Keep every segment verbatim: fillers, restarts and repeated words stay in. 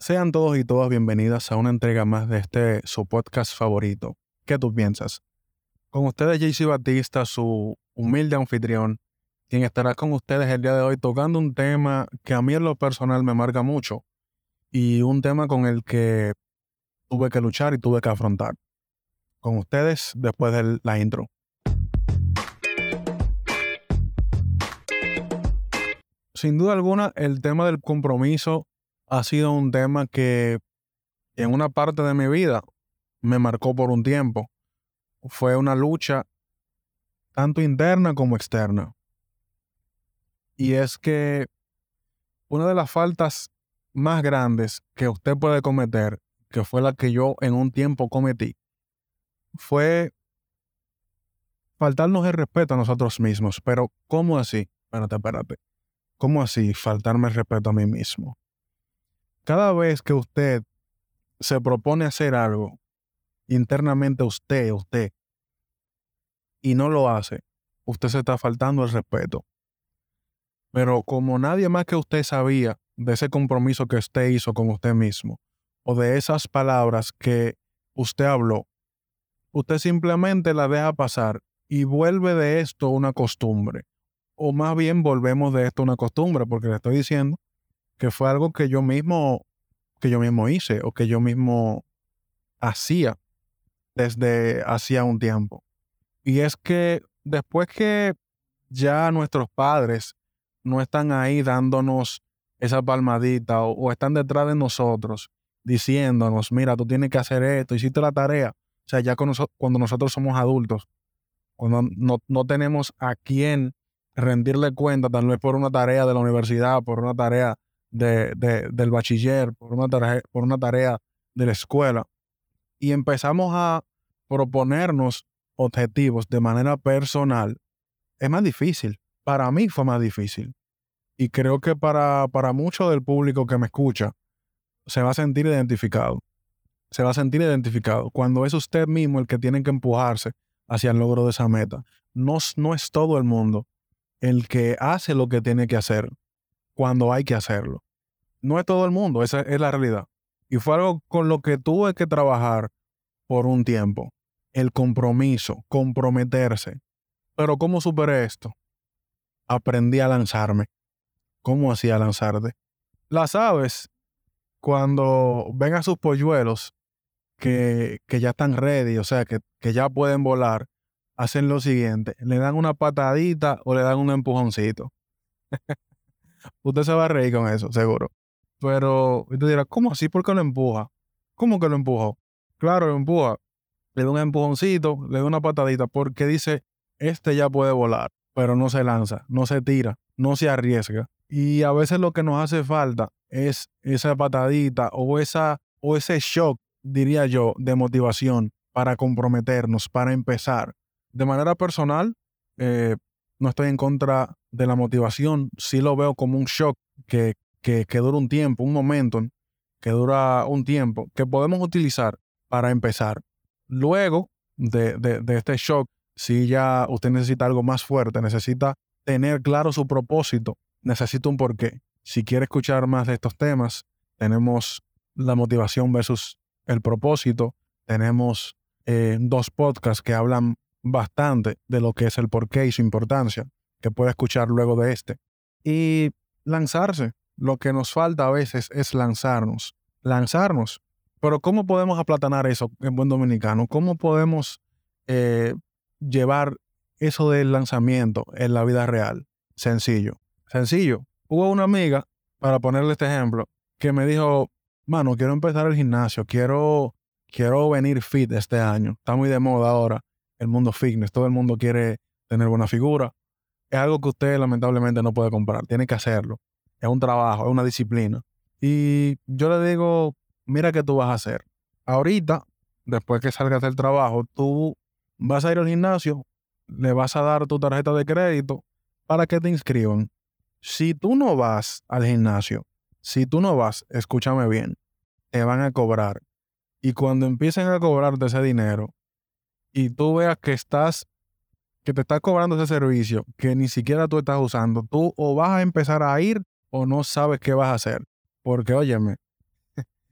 Sean todos y todas bienvenidas a una entrega más de este su podcast favorito. ¿Qué tú piensas? Con ustedes J C Batista, su humilde anfitrión, quien estará con ustedes el día de hoy tocando un tema que a mí en lo personal me marca mucho y un tema con el que tuve que luchar y tuve que afrontar. Con ustedes después de la intro. Sin duda alguna, el tema del compromiso ha sido un tema que en una parte de mi vida me marcó por un tiempo. Fue una lucha tanto interna como externa. Y es que una de las faltas más grandes que usted puede cometer, que fue la que yo en un tiempo cometí, fue faltarnos el respeto a nosotros mismos. Pero, ¿cómo así? Espérate, espérate. ¿Cómo así faltarme el respeto a mí mismo? Cada vez que usted se propone hacer algo internamente usted, usted, y no lo hace, usted se está faltando el respeto. Pero como nadie más que usted sabía de ese compromiso que usted hizo con usted mismo, o de esas palabras que usted habló, usted simplemente la deja pasar y vuelve de esto una costumbre. O más bien volvemos de esto una costumbre, porque le estoy diciendo que fue algo que yo mismo, que yo mismo hice, o que yo mismo hacía desde hacía un tiempo. Y es que después que ya nuestros padres no están ahí dándonos esa palmadita o, o están detrás de nosotros diciéndonos, mira, tú tienes que hacer esto, hiciste la tarea. O sea, ya con noso- cuando nosotros somos adultos, cuando no, no tenemos a quién rendirle cuenta, tal vez por una tarea de la universidad, por una tarea de, de- del bachiller, por una tarea, por una tarea de la escuela, y empezamos a proponernos objetivos de manera personal, es más difícil. Para mí fue más difícil. Y creo que para, para mucho del público que me escucha, se va a sentir identificado. Se va a sentir identificado cuando es usted mismo el que tiene que empujarse hacia el logro de esa meta. No, es- no es todo el mundo el que hace lo que tiene que hacer cuando hay que hacerlo. No es todo el mundo, esa es la realidad. Y fue algo con lo que tuve que trabajar por un tiempo. El compromiso, comprometerse. Pero ¿cómo superé esto? Aprendí a lanzarme. ¿Cómo hacía lanzarte? Las aves, cuando ven a sus polluelos que, que ya están ready, o sea, que, que ya pueden volar, hacen lo siguiente. Le dan una patadita o le dan un empujoncito. Usted se va a reír con eso, seguro. Pero usted dirá, ¿cómo así? ¿Por qué lo empuja? ¿Cómo que lo empujó? Claro, lo empuja. Le da un empujoncito, le da una patadita, porque dice, este ya puede volar, pero no se lanza, no se tira, no se arriesga. Y a veces lo que nos hace falta es esa patadita o, esa, o ese shock, diría yo, de motivación para comprometernos, para empezar. De manera personal, eh, no estoy en contra de la motivación, sí lo veo como un shock que, que, que dura un tiempo, un momento, que dura un tiempo, que podemos utilizar para empezar. Luego de, de, de este shock, si ya usted necesita algo más fuerte, necesita tener claro su propósito, necesita un porqué. Si quiere escuchar más de estos temas, tenemos la motivación versus el propósito. Tenemos eh, dos podcasts que hablan bastante de lo que es el porqué y su importancia, que puede escuchar luego de este. Y lanzarse. Lo que nos falta a veces es lanzarnos. Lanzarnos. Pero ¿cómo podemos aplatanar eso en buen dominicano? ¿Cómo podemos eh, llevar eso del lanzamiento en la vida real? Sencillo. Sencillo. Hubo una amiga, para ponerle este ejemplo, que me dijo, mano, quiero empezar el gimnasio, quiero, quiero venir fit este año. Está muy de moda ahora el mundo fitness. Todo el mundo quiere tener buena figura. Es algo que usted lamentablemente no puede comprar. Tiene que hacerlo. Es un trabajo, es una disciplina. Y yo le digo, mira qué tú vas a hacer. Ahorita, después que salgas del trabajo, tú vas a ir al gimnasio, le vas a dar tu tarjeta de crédito para que te inscriban. Si tú no vas al gimnasio, si tú no vas, escúchame bien, te van a cobrar. Y cuando empiecen a cobrarte ese dinero y tú veas que estás, que te estás cobrando ese servicio que ni siquiera tú estás usando, tú o vas a empezar a ir o no sabes qué vas a hacer. Porque, óyeme,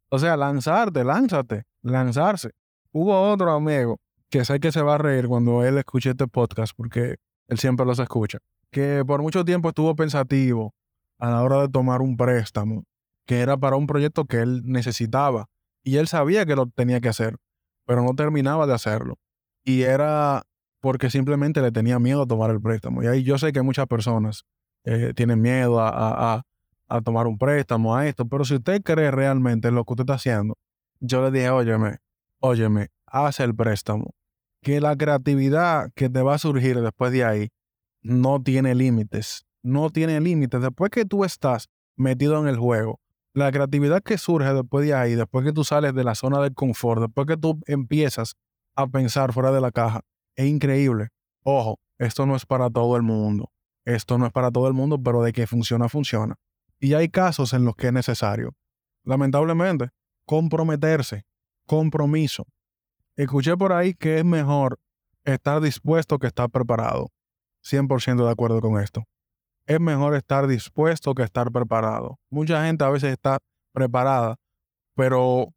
O sea, lanzarte, lánzate, lanzarse. Hubo otro amigo que sé que se va a reír cuando él escuche este podcast, porque él siempre los escucha, que por mucho tiempo estuvo pensativo a la hora de tomar un préstamo, que era para un proyecto que él necesitaba, y él sabía que lo tenía que hacer, pero no terminaba de hacerlo. Y era porque simplemente le tenía miedo a tomar el préstamo. Y ahí yo sé que muchas personas eh, tienen miedo a, a, a, a tomar un préstamo, a esto, pero si usted cree realmente en lo que usted está haciendo, yo le dije, óyeme, óyeme, haz el préstamo. Que la creatividad que te va a surgir después de ahí no tiene límites. No tiene límites. Después que tú estás metido en el juego, la creatividad que surge después de ahí, después que tú sales de la zona del confort, después que tú empiezas a pensar fuera de la caja, es increíble. Ojo, esto no es para todo el mundo. Esto no es para todo el mundo, pero de que funciona, funciona. Y hay casos en los que es necesario, lamentablemente, comprometerse, compromiso. Escuché por ahí que es mejor estar dispuesto que estar preparado. cien por ciento de acuerdo con esto. Es mejor estar dispuesto que estar preparado. Mucha gente a veces está preparada, pero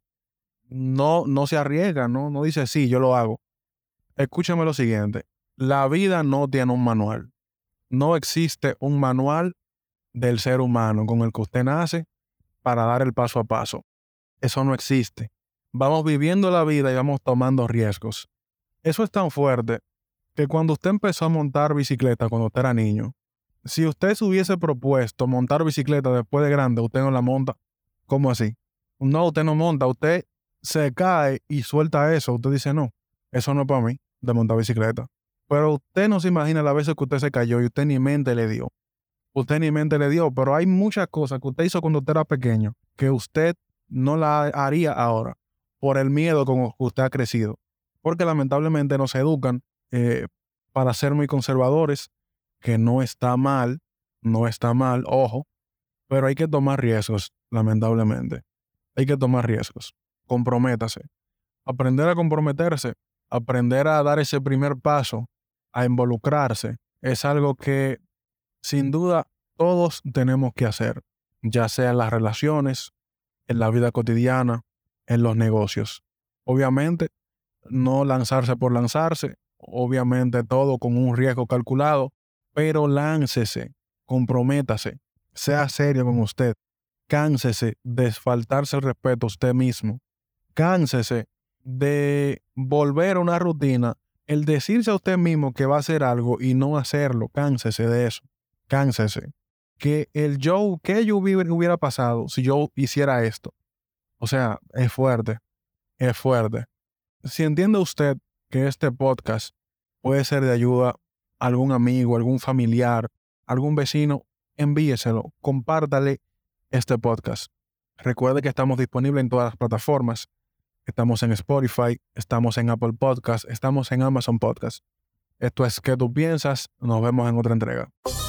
no, no se arriesga, ¿no? No dice, sí, yo lo hago. Escúchame lo siguiente. La vida no tiene un manual. No existe un manual del ser humano con el que usted nace para dar el paso a paso. Eso no existe. Vamos viviendo la vida y vamos tomando riesgos. Eso es tan fuerte que cuando usted empezó a montar bicicleta cuando usted era niño, si usted se hubiese propuesto montar bicicleta después de grande, usted no la monta. ¿Cómo así? No, usted no monta, usted se cae y suelta eso. Usted dice, no, eso no es para mí, de montar bicicleta. Pero usted no se imagina las veces que usted se cayó y usted ni mente le dio. Usted ni mente le dio, pero hay muchas cosas que usted hizo cuando usted era pequeño que usted no la haría ahora por el miedo con que usted ha crecido. Porque lamentablemente nos educan eh, para ser muy conservadores, que no está mal, no está mal, ojo, pero hay que tomar riesgos, lamentablemente. Hay que tomar riesgos. Comprométase. Aprender a comprometerse, aprender a dar ese primer paso, a involucrarse, es algo que sin duda todos tenemos que hacer, ya sea en las relaciones, en la vida cotidiana, en los negocios. Obviamente, no lanzarse por lanzarse, obviamente todo con un riesgo calculado, pero láncese, comprométase, sea serio con usted, cánsese de faltarse el respeto a usted mismo, cánsese de volver a una rutina, el decirse a usted mismo que va a hacer algo y no hacerlo, cánsese de eso, cánsese. Que el yo, que yo hubiera pasado si yo hiciera esto. O sea, es fuerte, es fuerte. Si entiende usted que este podcast puede ser de ayuda a algún amigo, algún familiar, algún vecino, envíeselo, compártale este podcast. Recuerde que estamos disponibles en todas las plataformas. Estamos en Spotify, estamos en Apple Podcast, estamos en Amazon Podcast. Esto es ¿Qué tú piensas? Nos vemos en otra entrega.